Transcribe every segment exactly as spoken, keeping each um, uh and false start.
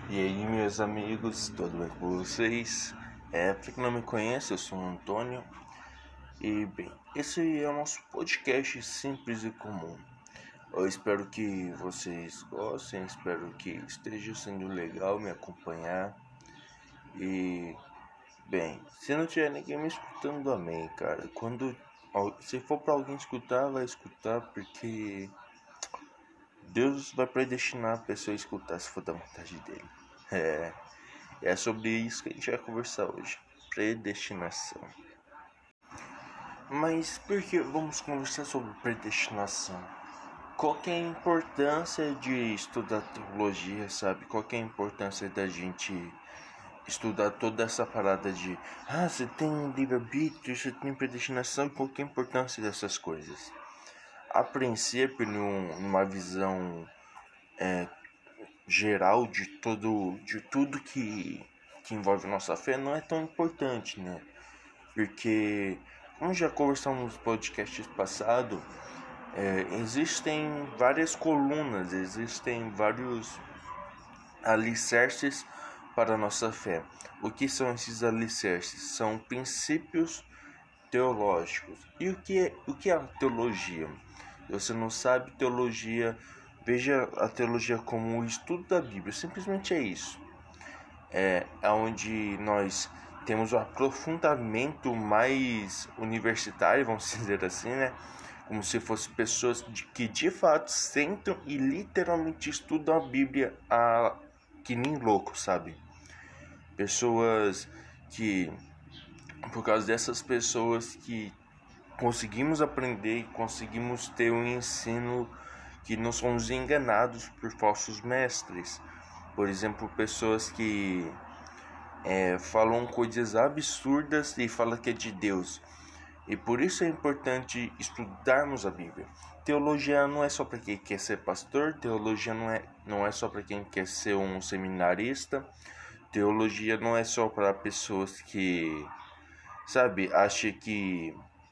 E aí, meus amigos, tudo bem com vocês? É, para quem não me conhece, eu sou o Antônio. E bem, esse é o nosso podcast simples e comum. Eu espero que vocês gostem, espero que esteja sendo legal me acompanhar. E bem, se não tiver ninguém me escutando, amém, cara. Quando se for para alguém escutar, vai escutar, porque Deus vai predestinar a pessoa a escutar se for da vontade dele. É. É sobre isso que a gente vai conversar hoje. Predestinação. Mas por que vamos conversar sobre predestinação? Qual que é a importância de estudar teologia, sabe? Qual que é a importância da gente estudar toda essa parada de ah, você tem livre-arbítrio, você tem predestinação, qual que é a importância dessas coisas? A princípio, num, numa visão é, geral de todo, de tudo que, que envolve nossa fé, não é tão importante, né? Porque, como já conversamos nos podcasts passados, é, existem várias colunas, existem vários alicerces para a nossa fé. O que são esses alicerces? São princípios teológicos. E o que é, o que é a teologia? Se você não sabe, teologia, veja a teologia como o estudo da Bíblia, simplesmente é isso. É onde nós temos o aprofundamento mais universitário, vamos dizer assim, né? Como se fossem pessoas de, que de fato sentam e literalmente estudam a Bíblia a, que nem louco, sabe? Pessoas que, por causa dessas pessoas que conseguimos aprender e conseguimos ter um ensino que não somos enganados por falsos mestres. Por exemplo, pessoas que é, falam coisas absurdas e falam que é de Deus. E por isso é importante estudarmos a Bíblia. Teologia não é só para quem quer ser pastor, teologia não é, não é só para quem quer ser um seminarista, teologia não é só para pessoas que, sabe, acham que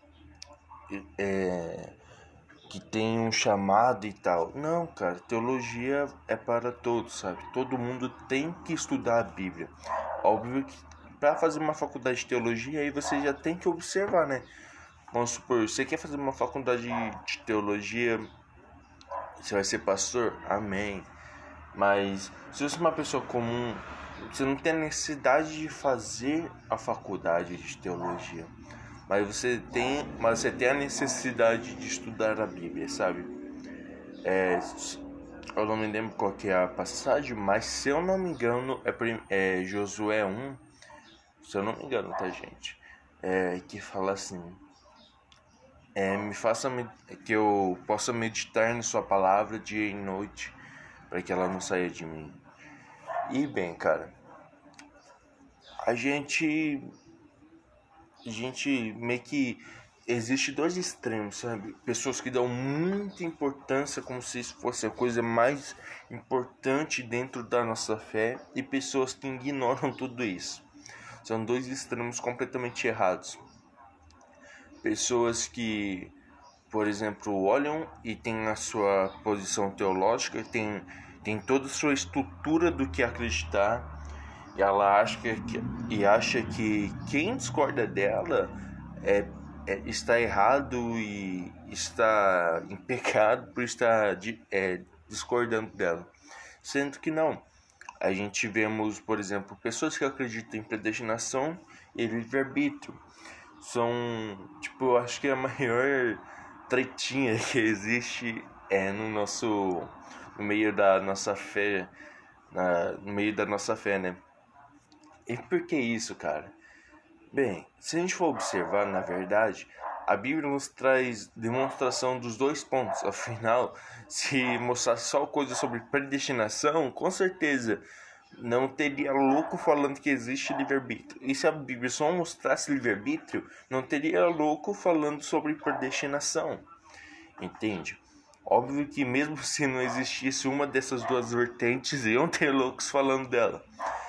é, que tem um chamado e tal. Não, cara, teologia é para todos, sabe? Todo mundo tem que estudar a Bíblia. Óbvio que para fazer uma faculdade de teologia, aí você já tem que observar, né? Vamos supor, você quer fazer uma faculdade de teologia, você vai ser pastor? Amém. Mas se você é uma pessoa comum, você não tem a necessidade de fazer a faculdade de teologia. Mas você tem, mas você tem a necessidade de estudar a Bíblia, sabe? É, eu não me lembro qual que é a passagem, mas se eu não me engano é, é Josué um, se eu não me engano, tá, gente? É, que fala assim: é, me faça que eu possa meditar na sua palavra dia e noite, para que ela não saia de mim. E bem, cara, a gente a gente meio que existe dois extremos, sabe? Pessoas que dão muita importância como se isso fosse a coisa mais importante dentro da nossa fé, e pessoas que ignoram tudo isso. São dois extremos completamente errados. Pessoas que, por exemplo, olham e têm a sua posição teológica, tem, tem toda a sua estrutura do que acreditar, e ela acha que, e acha que quem discorda dela é, é, está errado e está em pecado por estar é, discordando dela. Sendo que não. A gente vemos, por exemplo, pessoas que acreditam em predestinação e livre-arbítrio. São, tipo, eu acho que a maior tretinha que existe é no nosso, no meio da nossa fé, na, no meio da nossa fé, né? E por que isso, cara? Bem, se a gente for observar, na verdade, a Bíblia nos traz demonstração dos dois pontos. Afinal, se mostrasse só coisa sobre predestinação, com certeza não teria louco falando que existe livre-arbítrio. E se a Bíblia só mostrasse livre-arbítrio, não teria louco falando sobre predestinação. Entende? Óbvio que mesmo se não existisse uma dessas duas vertentes, iam ter loucos falando dela.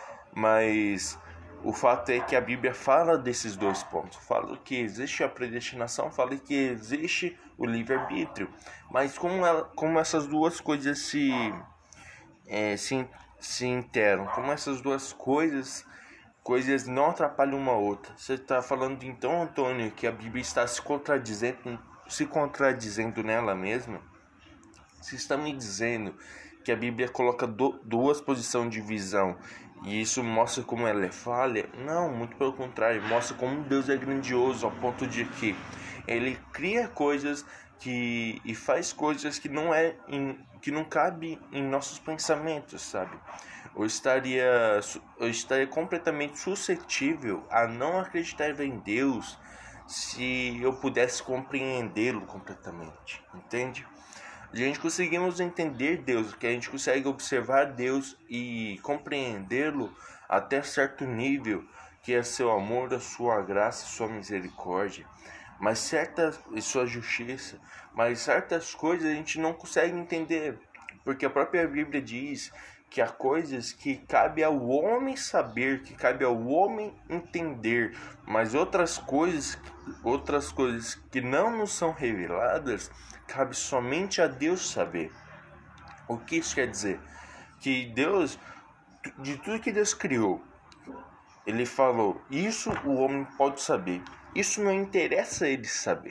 Mas o fato é que a Bíblia fala desses dois pontos. Fala que existe a predestinação, fala que existe o livre-arbítrio. Mas como, ela, como essas duas coisas se, é, se, se interam, como essas duas coisas, coisas não atrapalham uma outra. Você está falando então, Antônio, que a Bíblia está se contradizendo, se contradizendo nela mesma? Você está me dizendo que a Bíblia coloca do, duas posições de visão e isso mostra como ela é falha? Não, muito pelo contrário, mostra como Deus é grandioso ao ponto de que Ele cria coisas que, e faz coisas que não, é em, que não cabe em nossos pensamentos, sabe? Eu estaria, eu estaria completamente suscetível a não acreditar em Deus se eu pudesse compreendê-lo completamente, entende? A gente conseguimos entender Deus, que a gente consegue observar Deus e compreendê-lo até certo nível, que é seu amor, a sua graça, sua misericórdia, mas certas e sua justiça, mas certas coisas a gente não consegue entender, porque a própria Bíblia diz que há coisas que cabe ao homem saber, que cabe ao homem entender, mas outras coisas, outras coisas que não nos são reveladas, cabe somente a Deus saber. O que isso quer dizer? Que Deus, de tudo que Deus criou, Ele falou, isso o homem pode saber, isso não interessa a ele saber.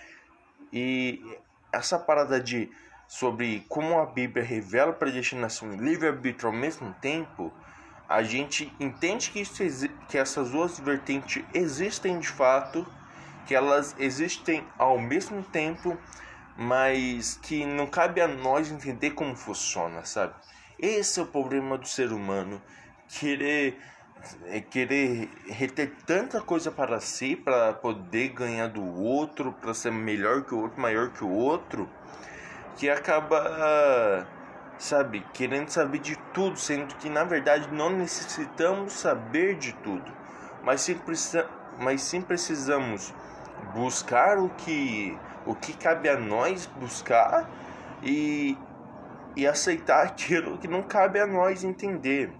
E essa parada de sobre como a Bíblia revela a predestinação e livre-arbítrio ao mesmo tempo, a gente entende que, isso, que essas duas vertentes existem de fato, que elas existem ao mesmo tempo, mas que não cabe a nós entender como funciona, sabe? Esse é o problema do ser humano, querer é querer reter tanta coisa para si, para poder ganhar do outro, para ser melhor que o outro, maior que o outro, que acaba, sabe, querendo saber de tudo, sendo que na verdade não necessitamos saber de tudo, mas sim, precisa, mas sim precisamos buscar o que, o que cabe a nós buscar e, e aceitar aquilo que não cabe a nós entender.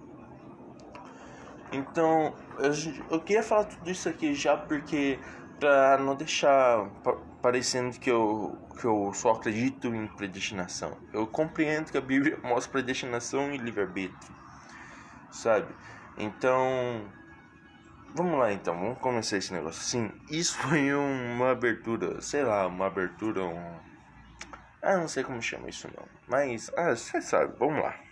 Então, eu, eu queria falar tudo isso aqui já porque, para não deixar parecendo que eu, que eu só acredito em predestinação. Eu compreendo que a Bíblia mostra predestinação e livre-arbítrio, sabe? Então, vamos lá então, vamos começar esse negócio. Sim, isso foi uma abertura, sei lá, uma abertura, um... Ah, não sei como chama isso não, mas, ah, você sabe, vamos lá.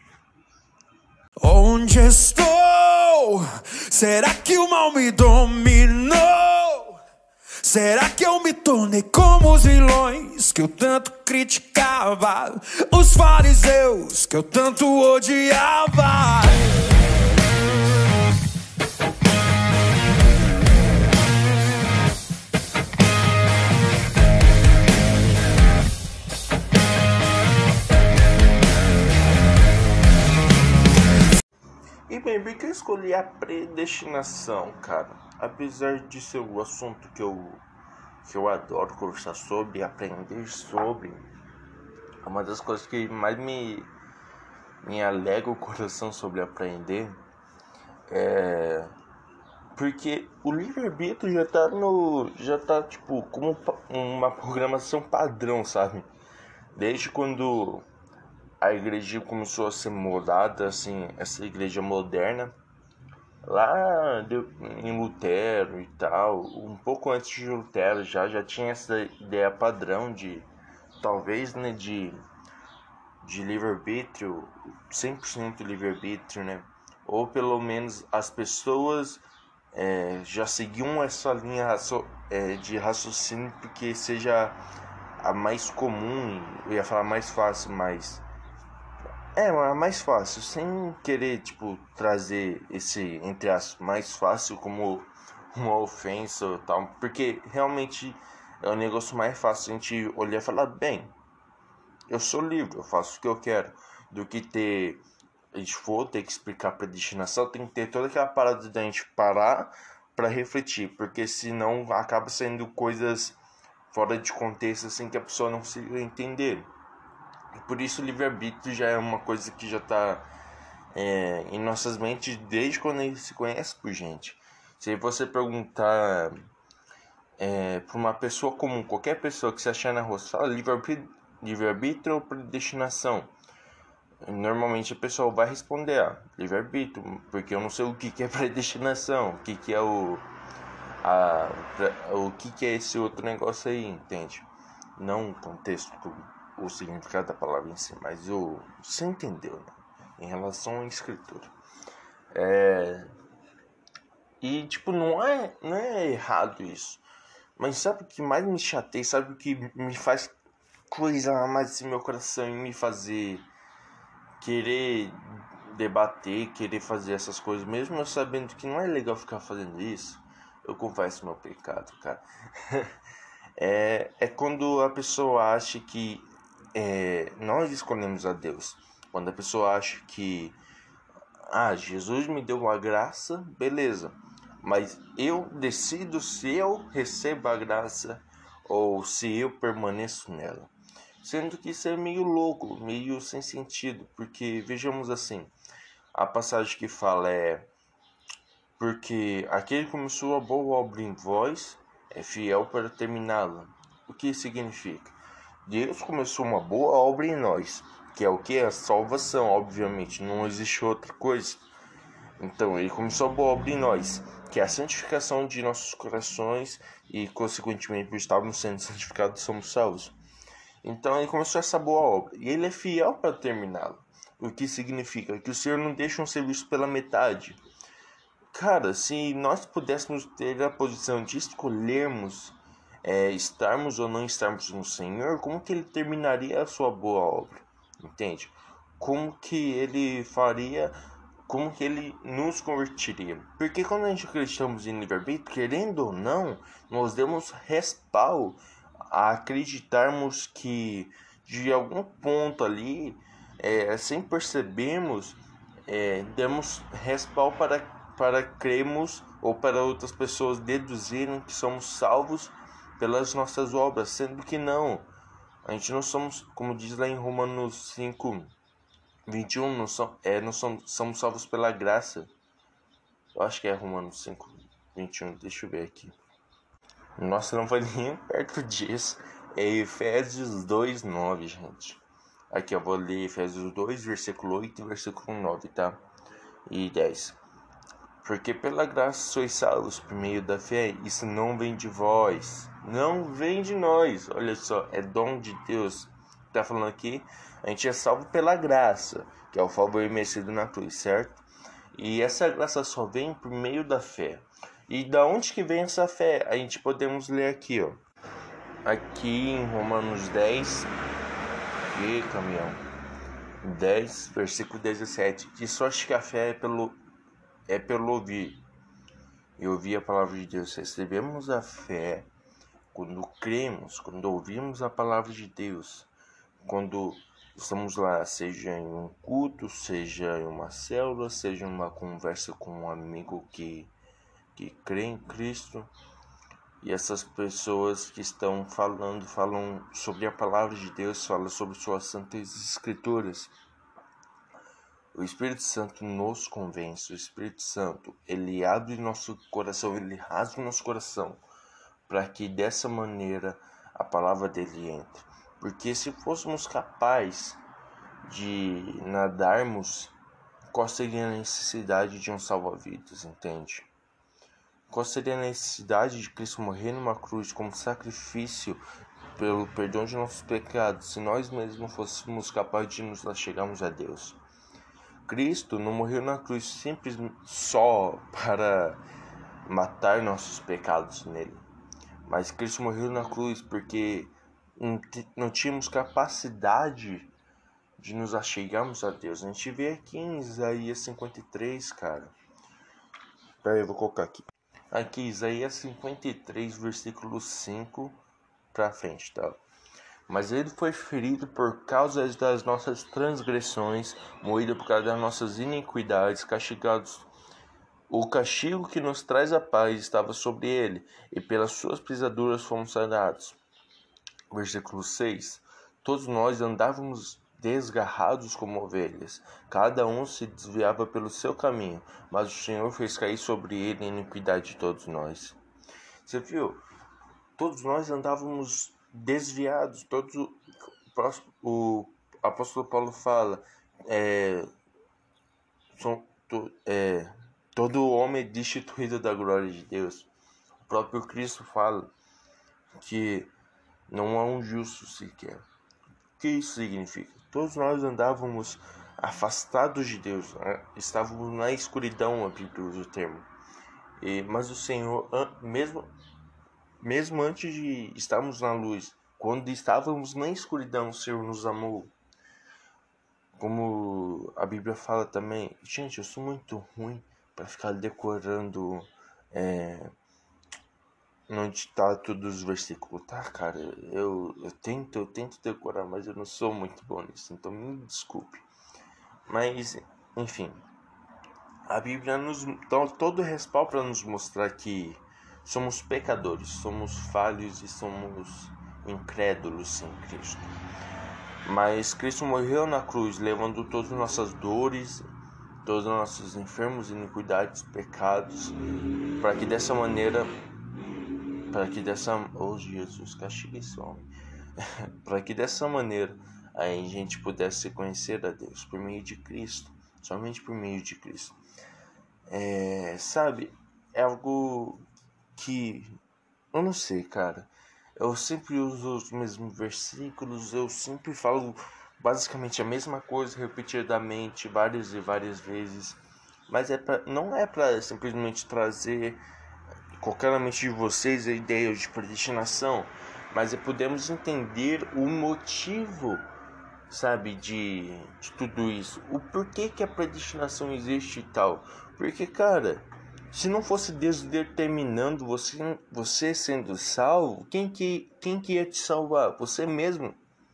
Onde estou? Será que o mal me dominou? Será que eu me tornei como os vilões que eu tanto criticava? Os fariseus que eu tanto odiava? E bem, por que eu escolhi a predestinação, cara? Apesar de ser o assunto que eu, que eu adoro conversar sobre, aprender sobre, é uma das coisas que mais me, me alega o coração sobre aprender, é porque o livre-arbítrio já tá no, já tá tipo como uma programação padrão, sabe? Desde quando a igreja começou a ser moldada, assim, essa igreja moderna, lá em Lutero e tal, um pouco antes de Lutero já, já tinha essa ideia padrão de, talvez, né, de, de livre-arbítrio, cem por cento livre-arbítrio, né, ou pelo menos as pessoas é, já seguiam essa linha é, de raciocínio porque seja a mais comum, eu ia falar mais fácil, mas... É, é mais fácil, sem querer, tipo, trazer esse, entre aspas, mais fácil como uma ofensa ou tal, porque realmente é o negócio mais fácil a gente olhar e falar, bem, eu sou livre, eu faço o que eu quero, do que ter, a gente for ter que explicar a predestinação, tem que ter toda aquela parada da gente parar para refletir, porque senão acaba sendo coisas fora de contexto, assim, que a pessoa não consiga entender. Por isso o livre-arbítrio já é uma coisa que já está é, em nossas mentes desde quando ele se conhece por gente. Se você perguntar é, para uma pessoa comum, qualquer pessoa que se achar na rua, fala livre-arbítrio, livre-arbítrio ou predestinação, Normalmente a pessoa vai responder, ah, livre-arbítrio, porque eu não sei o que, que é predestinação, o que, que é o. A, o que, que é esse outro negócio aí, entende? Não o contexto, o significado da palavra em si, mas o. Você entendeu, né? Em relação à escritura. É. E tipo, não é, não é errado isso. Mas sabe o que mais me chateia? Sabe o que me faz coisar mais assim meu coração e me fazer querer debater, querer fazer essas coisas, mesmo eu sabendo que não é legal ficar fazendo isso? Eu confesso meu pecado, cara. é, é quando a pessoa acha que é, nós escolhemos a Deus. Quando a pessoa acha que ah, Jesus me deu uma graça, beleza. Mas eu decido se eu recebo a graça ou se eu permaneço nela. Sendo que isso é meio louco, meio sem sentido, porque vejamos assim, a passagem que fala é: porque aquele que começou a boa obra em vós é fiel para terminá-la. O que significa? Deus começou uma boa obra em nós, que é o que? A salvação, obviamente, não existe outra coisa. Então, ele começou a boa obra em nós, que é a santificação de nossos corações e, consequentemente, por estarmos sendo santificados, somos salvos. Então, ele começou essa boa obra e ele é fiel para terminá-la. O que significa que o Senhor não deixa um serviço pela metade. Cara, se nós pudéssemos ter a posição de escolhermos é, estarmos ou não estarmos no Senhor, como que ele terminaria a sua boa obra? Entende? Como que ele faria, como que ele nos converteria? Porque quando a gente acreditamos em livre-arbítrio, querendo ou não, nós demos respaldo a acreditarmos que de algum ponto ali, é, sem percebermos, é, demos respaldo para, para cremos ou para outras pessoas deduzirem que somos salvos pelas nossas obras, sendo que não. A gente não somos, como diz lá em Romanos cinco, vinte e um, não, so, é, não somos, somos salvos pela graça. Eu acho que é Romanos cinco, vinte e um, deixa eu ver aqui. Nossa, não vai nem perto disso. É Efésios dois, nove, gente. Aqui eu vou ler Efésios dois, versículo oito e versículo nove, tá? E dez. Porque pela graça sois salvos por meio da fé, isso não vem de vós, não vem de nós. Olha só, é dom de Deus. Tá falando aqui, a gente é salvo pela graça, que é o favor merecido na cruz, certo? E essa graça só vem por meio da fé. E da onde que vem essa fé? A gente podemos ler aqui, ó. Aqui em Romanos dez, e caminhão, dez, versículo dezessete. De sorte que a fé é pelo, é pelo ouvir. E ouvir a palavra de Deus. Recebemos a fé quando cremos, quando ouvimos a palavra de Deus. Quando estamos lá, seja em um culto, seja em uma célula, seja em uma conversa com um amigo que que crê em Cristo, e essas pessoas que estão falando, falam sobre a palavra de Deus, falam sobre suas santas escrituras. O Espírito Santo nos convence, o Espírito Santo, ele abre nosso coração, ele rasga o nosso coração, para que dessa maneira a palavra dele entre. Porque se fôssemos capazes de nadarmos, qual seria a necessidade de um salva-vidas, entende? Qual seria a necessidade de Cristo morrer numa cruz como sacrifício pelo perdão de nossos pecados, se nós mesmos fôssemos capazes de nos chegarmos a Deus? Cristo não morreu na cruz simplesmente só para matar nossos pecados nele, mas Cristo morreu na cruz porque não tínhamos capacidade de nos achegarmos a Deus. A gente vê aqui em Isaías cinquenta e três, cara. Pera aí, eu vou colocar aqui. Aqui, Isaías cinquenta e três, versículo cinco pra frente, tá? Mas ele foi ferido por causa das nossas transgressões, moído por causa das nossas iniquidades, castigados. O castigo que nos traz a paz estava sobre ele, e pelas suas pisaduras fomos sarados. Versículo seis. Todos nós andávamos desgarrados como ovelhas, cada um se desviava pelo seu caminho, mas o Senhor fez cair sobre ele a iniquidade de todos nós. Você viu? Todos nós andávamos desviados. Todos o, o apóstolo Paulo fala é, são, to, é, todo homem é destituído da glória de Deus. O próprio Cristo fala que não há um justo sequer. O que isso significa? Todos nós andávamos afastados de Deus, né? Estávamos na escuridão, a Bíblia usa o termo. E, mas o Senhor, mesmo, mesmo antes de estarmos na luz, quando estávamos na escuridão, o Senhor nos amou. Como a Bíblia fala também, gente, eu sou muito ruim para ficar decorando é, no ditado dos versículos, tá, cara? Eu, eu tento, eu tento decorar, mas eu não sou muito bom nisso, então me desculpe. Mas, enfim, a Bíblia nos dá todo o respaldo para nos mostrar que somos pecadores, somos falhos e somos incrédulos sem Cristo. Mas Cristo morreu na cruz, levando todas as nossas dores, todos os nossos enfermos, iniquidades, pecados, para que dessa maneira, para que dessa, oh Jesus, castigue esse homem, para que dessa maneira a gente pudesse conhecer a Deus por meio de Cristo, somente por meio de Cristo. É, sabe, é algo que eu não sei, cara. Eu sempre uso os mesmos versículos, eu sempre falo basicamente a mesma coisa repetidamente várias e várias vezes, mas é pra, não é para simplesmente trazer qualquer na mente de vocês a ideia de predestinação, mas é podemos entender o motivo, sabe, de, de tudo isso, o porquê que a predestinação existe e tal. Porque, cara, se não fosse Deus determinando você, você sendo salvo, quem que, quem que ia te salvar? Você mesmo.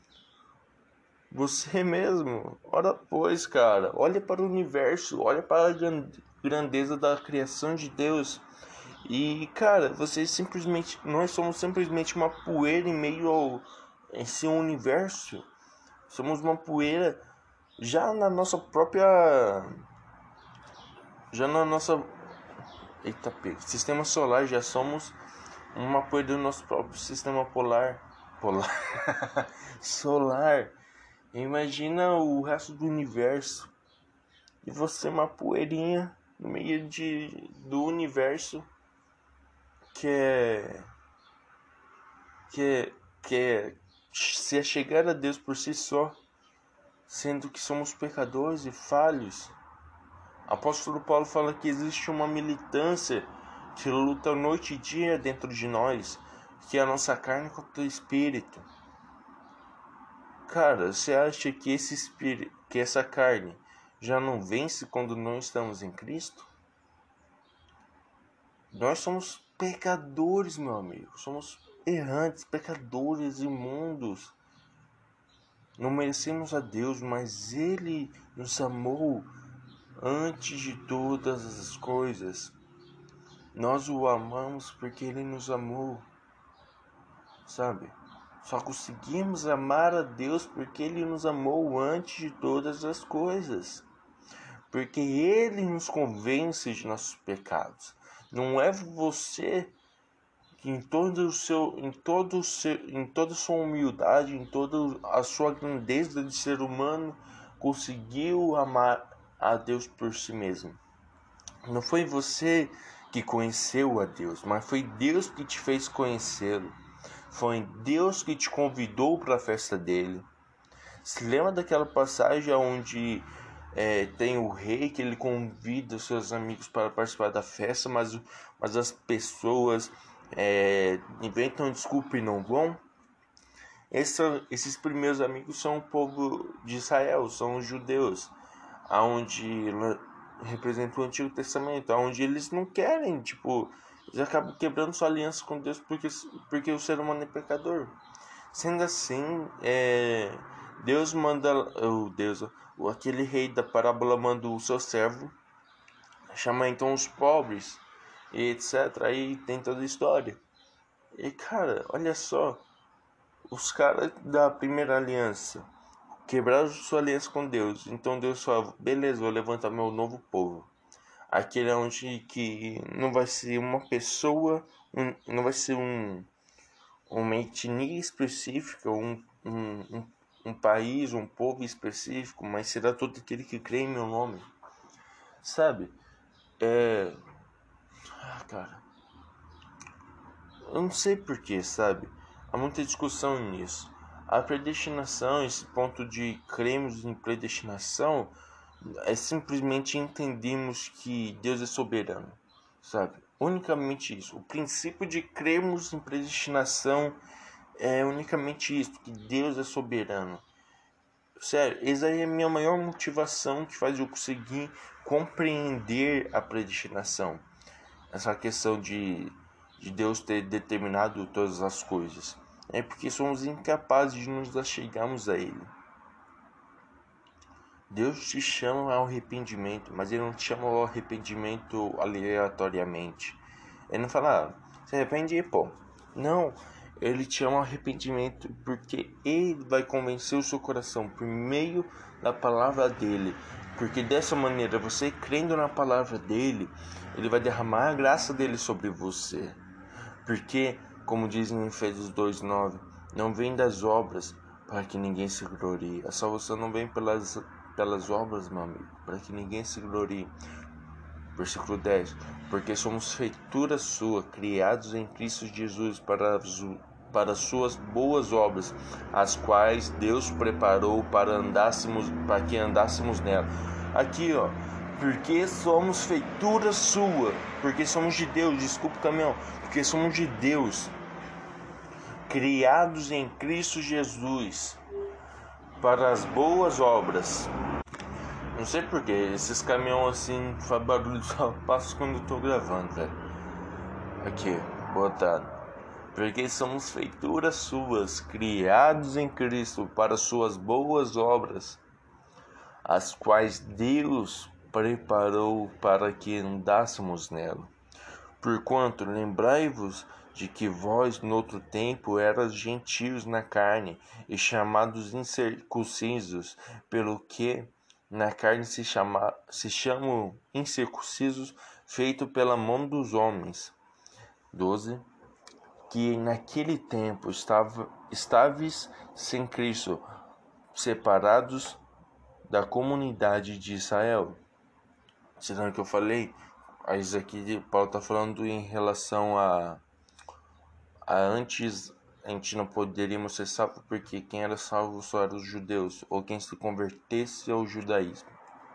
Você mesmo. Ora pois, cara, olha para o universo, olha para a grandeza da criação de Deus. E, cara, você simplesmente, nós somos simplesmente uma poeira em meio ao esse universo. Somos uma poeira já na nossa própria, já na nossa Eita, pego. Sistema solar, já somos uma poeira do nosso próprio sistema polar. Polar. Solar. Imagina o resto do universo. E você uma poeirinha no meio de, do universo que é. Que é. Que é. Se é chegar a Deus por si só, sendo que somos pecadores e falhos. Apóstolo Paulo fala que existe uma militância que luta noite e dia dentro de nós, que é a nossa carne contra o espírito. Cara, você acha que esse espírito, que essa carne já não vence quando não estamos em Cristo? Nós somos pecadores, meu amigo. Somos errantes, pecadores, imundos. Não merecemos a Deus, mas Ele nos amou antes de todas as coisas. Nós o amamos porque Ele nos amou, sabe? Só conseguimos amar a Deus porque Ele nos amou antes de todas as coisas. Porque Ele nos convence de nossos pecados. Não é você que em todo o seu, em todo o seu, em toda a sua humildade, em toda a sua grandeza de ser humano, conseguiu amar a Deus por si mesmo. Não foi você que conheceu a Deus, mas foi Deus que te fez conhecê-lo. Foi Deus que te convidou para a festa dele. Se lembra daquela passagem onde é, tem o rei que ele convida os seus amigos para participar da festa, mas, mas as pessoas é, inventam desculpa e não vão? Essa, esses primeiros amigos são o povo de Israel, são os judeus, onde representa o Antigo Testamento, onde eles não querem, tipo, eles acabam quebrando sua aliança com Deus porque, porque o ser humano é pecador. Sendo assim, é, Deus manda, o Deus, aquele rei da parábola manda o seu servo, chama então os pobres, e etcétera. Aí tem toda a história. E cara, olha só, os caras da primeira aliança quebraram sua aliança com Deus. Então Deus falou, beleza, vou levantar meu novo povo. Aquele onde que não vai ser uma pessoa, um, não vai ser um, uma etnia específica, um, um, um país, um povo específico, mas será todo aquele que crê em meu nome. Sabe? É... Ah, cara... Eu não sei porquê, sabe? Há muita discussão nisso. A predestinação, esse ponto de cremos em predestinação, é simplesmente entendermos que Deus é soberano, sabe? Unicamente isso. O princípio de crermos em predestinação é unicamente isso, que Deus é soberano. Sério, essa aí é a minha maior motivação que faz eu conseguir compreender a predestinação. Essa questão de, de Deus ter determinado todas as coisas. É porque somos incapazes de nos achegarmos a Ele. Deus te chama ao arrependimento, mas Ele não te chama ao arrependimento aleatoriamente. Ele não fala, ah, se arrepende aí, pô. Não, Ele te chama ao arrependimento porque Ele vai convencer o seu coração por meio da palavra dEle. Porque dessa maneira, você crendo na palavra dEle, Ele vai derramar a graça dEle sobre você. Porque, como diz em Efésios dois, nove, não vem das obras para que ninguém se glorie. A salvação não vem pelas, pelas obras, meu amigo, para que ninguém se glorie. Versículo dez, porque somos feitura sua, criados em Cristo Jesus para, para suas boas obras, as quais Deus preparou para, andássemos, para que andássemos nela. Aqui, ó, porque somos feitura sua, porque somos de Deus, desculpa o caminhão, porque somos de Deus, criados em Cristo Jesus, para as boas obras. Não sei porquê, esses caminhões assim fazem barulho, só passo quando eu tô gravando, velho. Aqui, botado. Porque somos feituras suas, criados em Cristo para suas boas obras, as quais Deus preparou para que andássemos nela. Porquanto, lembrai-vos de que vós, noutro tempo, eras gentios na carne, e chamados incircuncisos, pelo que na carne se, chama, se chamam incircuncisos, feito pela mão dos homens. doze. Que naquele tempo estava, estáveis sem Cristo, separados da comunidade de Israel. Será que eu falei? Isso aqui Paulo está falando em relação a, a antes a gente não poderíamos ser salvos porque quem era salvo só eram os judeus ou quem se convertesse ao judaísmo.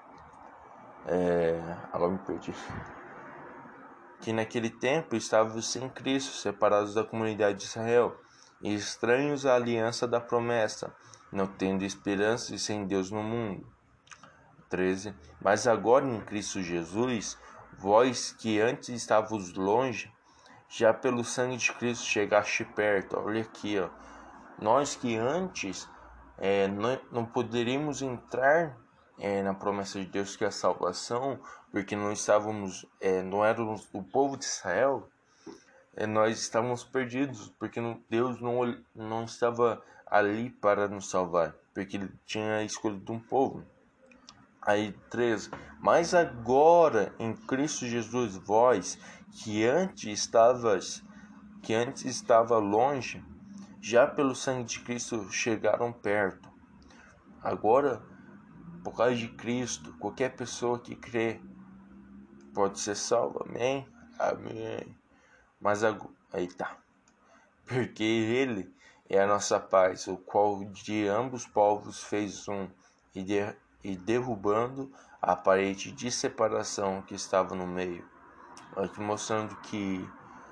É, agora me perdi. Que naquele tempo estavam sem Cristo, separados da comunidade de Israel, e estranhos à aliança da promessa, não tendo esperança e sem Deus no mundo. treze. Mas agora em Cristo Jesus, vós que antes estávamos longe, já pelo sangue de Cristo chegaste perto. Olha aqui, ó. Nós que antes é, não, não poderíamos entrar é, na promessa de Deus que é a salvação, porque não estávamos, é, não éramos o povo de Israel, é, nós estávamos perdidos, porque não, Deus não, não estava ali para nos salvar, porque Ele tinha escolhido um povo. Aí treze, mas agora em Cristo Jesus, vós que antes estavas, que antes estava longe, já pelo sangue de Cristo chegaram perto. Agora, por causa de Cristo, qualquer pessoa que crê pode ser salva, amém? Amém. Mas agora, aí tá, porque Ele é a nossa paz, o qual de ambos povos fez um e de e derrubando a parede de separação que estava no meio. Aqui mostrando que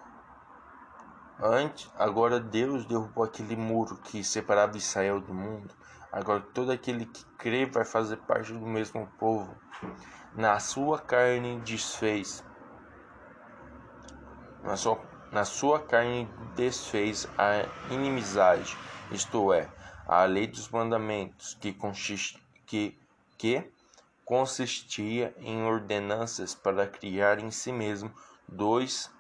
antes, agora Deus derrubou aquele muro que separava Israel do mundo. Agora todo aquele que crê vai fazer parte do mesmo povo. Na sua carne desfez. Na sua, na sua carne desfez a inimizade, isto é, a lei dos mandamentos que consiste que que consistia em ordenanças para criar em si mesmo dois,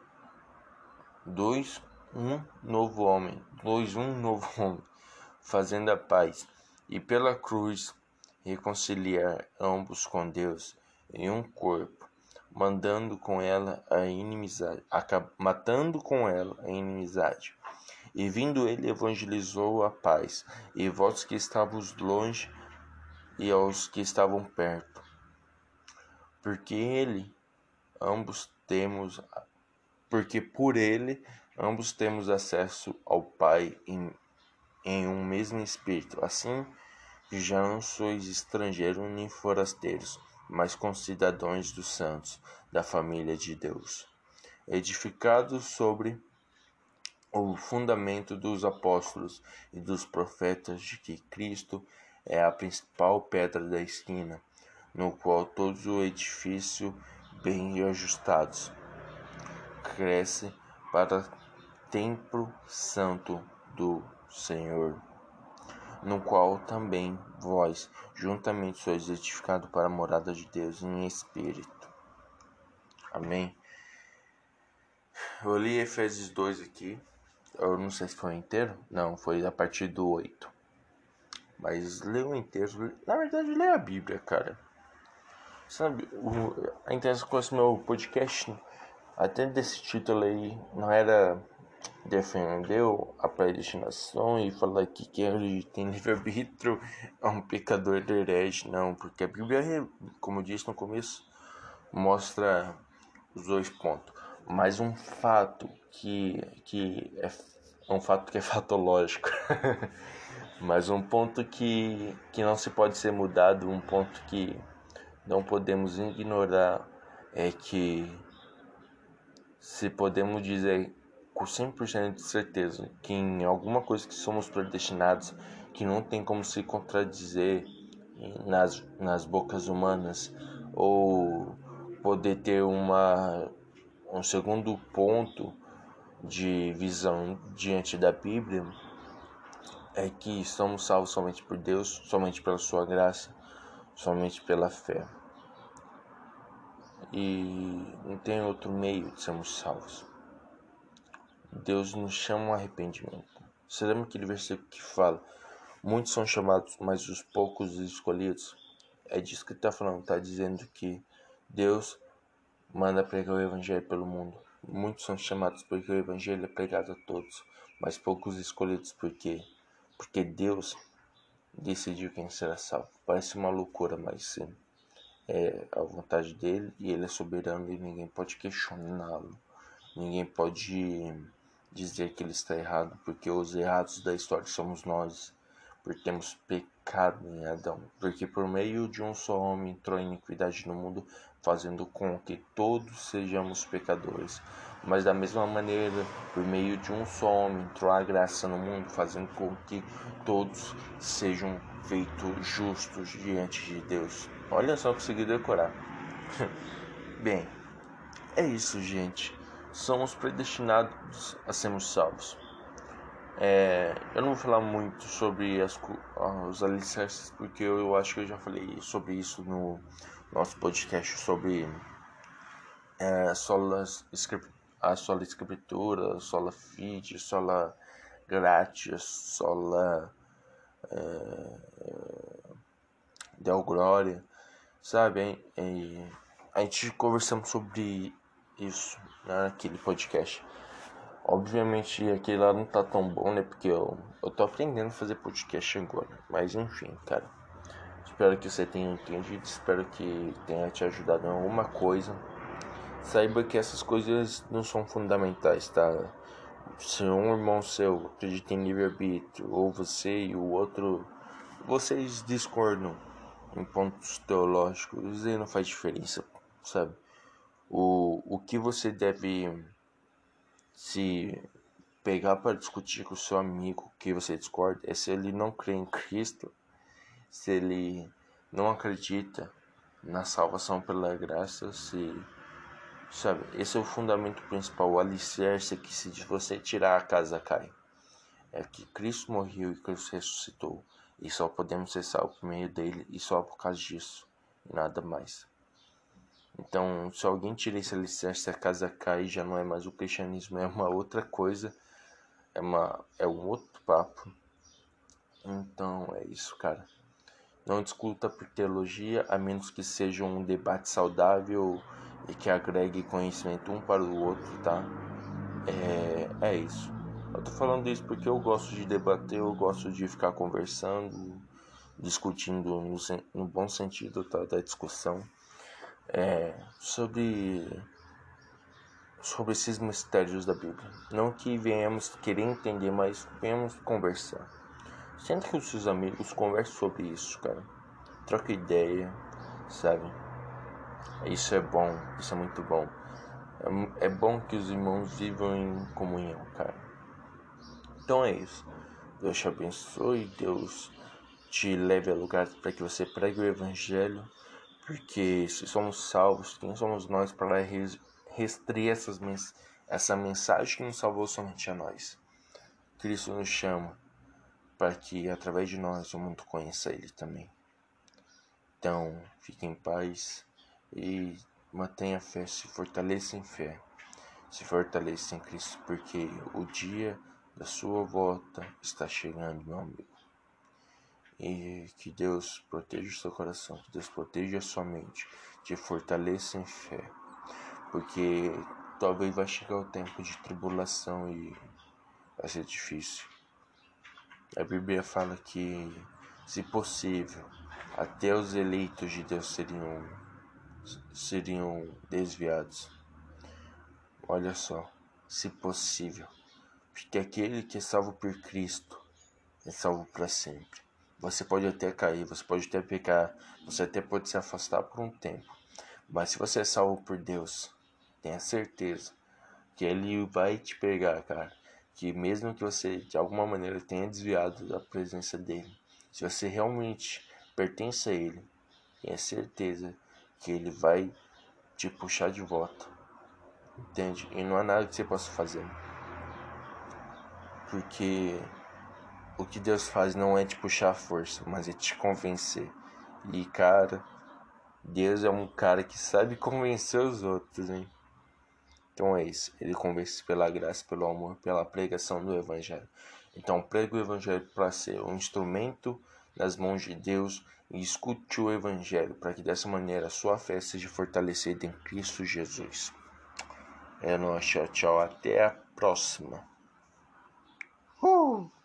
dois, um novo homem, dois, um novo homem, fazendo a paz, e pela cruz reconciliar ambos com Deus em um corpo, mandando com ela a inimizade, matando com ela a inimizade, E vindo ele evangelizou a paz, e vós que estavos longe, e aos que estavam perto. Porque ele, ambos temos, porque por ele, ambos temos acesso ao Pai em, em um mesmo Espírito. Assim, já não sois estrangeiros nem forasteiros, mas concidadãos dos santos, da família de Deus, edificados sobre o fundamento dos apóstolos e dos profetas, de que Cristo é a principal pedra da esquina, no qual todos o edifício bem ajustados cresce para templo santo do Senhor, no qual também vós juntamente sois edificados para a morada de Deus em espírito. Amém. Eu li Efésios dois aqui. Eu não sei se foi inteiro. Não, foi a partir do oito. Mas leu inteiro. Na verdade, lê a Bíblia, cara. Sabe, o, a intenção com esse meu podcast, até desse título aí, não era defender a predestinação e falar que quem tem livre-arbítrio é um pecador do herege, não. Porque a Bíblia, como eu disse no começo, mostra os dois pontos. Mas um fato que, que é um fato que é fatológico. Mas um ponto que, que não se pode ser mudado, um ponto que não podemos ignorar, é que se podemos dizer com cem por cento de certeza que em alguma coisa que somos predestinados, que não tem como se contradizer nas, nas bocas humanas, ou poder ter uma, um segundo ponto de visão diante da Bíblia, é que somos salvos somente por Deus, somente pela sua graça, somente pela fé. E não tem outro meio de sermos salvos. Deus nos chama ao arrependimento. Você lembra aquele versículo que fala: muitos são chamados, mas os poucos escolhidos? É disso que está falando. Está dizendo que Deus manda pregar o evangelho pelo mundo. Muitos são chamados porque o evangelho é pregado a todos, mas poucos escolhidos. Por quê? Porque Deus decidiu quem será salvo. Parece uma loucura, mas sim, é a vontade dele, e ele é soberano e ninguém pode questioná-lo. Ninguém pode dizer que ele está errado, porque os errados da história somos nós, porque temos pecado em Adão, porque por meio de um só homem entrou a iniquidade no mundo, fazendo com que todos sejamos pecadores. Mas da mesma maneira, por meio de um só homem entrou a graça no mundo, fazendo com que todos sejam feitos justos diante de Deus. Olha só, consegui decorar. Bem, é isso, gente. Somos predestinados a sermos salvos. É, eu não vou falar muito sobre as, os alicerces, porque eu, eu acho que eu já falei sobre isso no nosso podcast sobre é, sola, a sola escritura, sola fide, sola gratia, sola é, Deo Glória, sabe? E a gente conversamos sobre isso naquele podcast. Obviamente aquele lá não tá tão bom, né? Porque eu, eu tô aprendendo a fazer podcast agora. Mas enfim, cara. Espero que você tenha entendido. Espero que tenha te ajudado em alguma coisa. Saiba que essas coisas não são fundamentais, tá? Se um irmão seu acredita em livre-arbítrio, ou você e o outro, vocês discordam em pontos teológicos, isso aí não faz diferença, sabe? O, o que você deve se pegar para discutir com o seu amigo que você discorda é se ele não crê em Cristo, se ele não acredita na salvação pela graça, se, sabe, esse é o fundamento principal, o alicerce, que se você tirar a casa cai. É que Cristo morreu e Cristo ressuscitou, e só podemos ser salvos por meio dele, e só por causa disso, e nada mais. Então, se alguém tira esse alicerce, a casa cai, já não é mais o cristianismo, é uma outra coisa, é, uma, é um outro papo. Então, é isso, cara. Não discuta por teologia, a menos que seja um debate saudável e que agregue conhecimento um para o outro, tá? É, é isso. Eu tô falando isso porque eu gosto de debater, eu gosto de ficar conversando, discutindo no, no bom sentido, tá, da discussão, é, sobre, sobre esses mistérios da Bíblia. Não que venhamos querer entender, mas venhamos conversar. Senta com os seus amigos, converse sobre isso, cara. Troca ideia, sabe? Isso é bom, isso é muito bom. É, é bom que os irmãos vivam em comunhão, cara. Então é isso. Deus te abençoe, Deus te leve a lugares para que você pregue o Evangelho, porque se somos salvos, quem somos nós para restringir essas, essa mensagem que nos salvou somente a nós? Cristo nos chama para que através de nós o mundo conheça Ele também. Então, fique em paz e mantenha a fé, se fortaleça em fé, se fortaleça em Cristo, porque o dia da sua volta está chegando, meu amigo. E que Deus proteja o seu coração, que Deus proteja a sua mente, te fortaleça em fé, porque talvez vai chegar o tempo de tribulação e vai ser difícil. A Bíblia fala que, se possível, até os eleitos de Deus seriam, seriam desviados. Olha só, se possível, porque aquele que é salvo por Cristo é salvo para sempre. Você pode até cair, você pode até pecar, você até pode se afastar por um tempo, mas se você é salvo por Deus, tenha certeza que Ele vai te pegar, cara. Que mesmo que você de alguma maneira tenha desviado da presença dele, se você realmente pertence a Ele, tenha certeza que Ele vai te puxar de volta, entende? E não há nada que você possa fazer, porque o que Deus faz não é te puxar a força, mas é te convencer. E cara, Deus é um cara que sabe convencer os outros, hein? Então é isso, Ele convence pela graça, pelo amor, pela pregação do Evangelho. Então pregue o Evangelho para ser um instrumento nas mãos de Deus e escute o Evangelho, para que dessa maneira a sua fé seja fortalecida em Cristo Jesus. É nóis, tchau, tchau, até a próxima. Uh!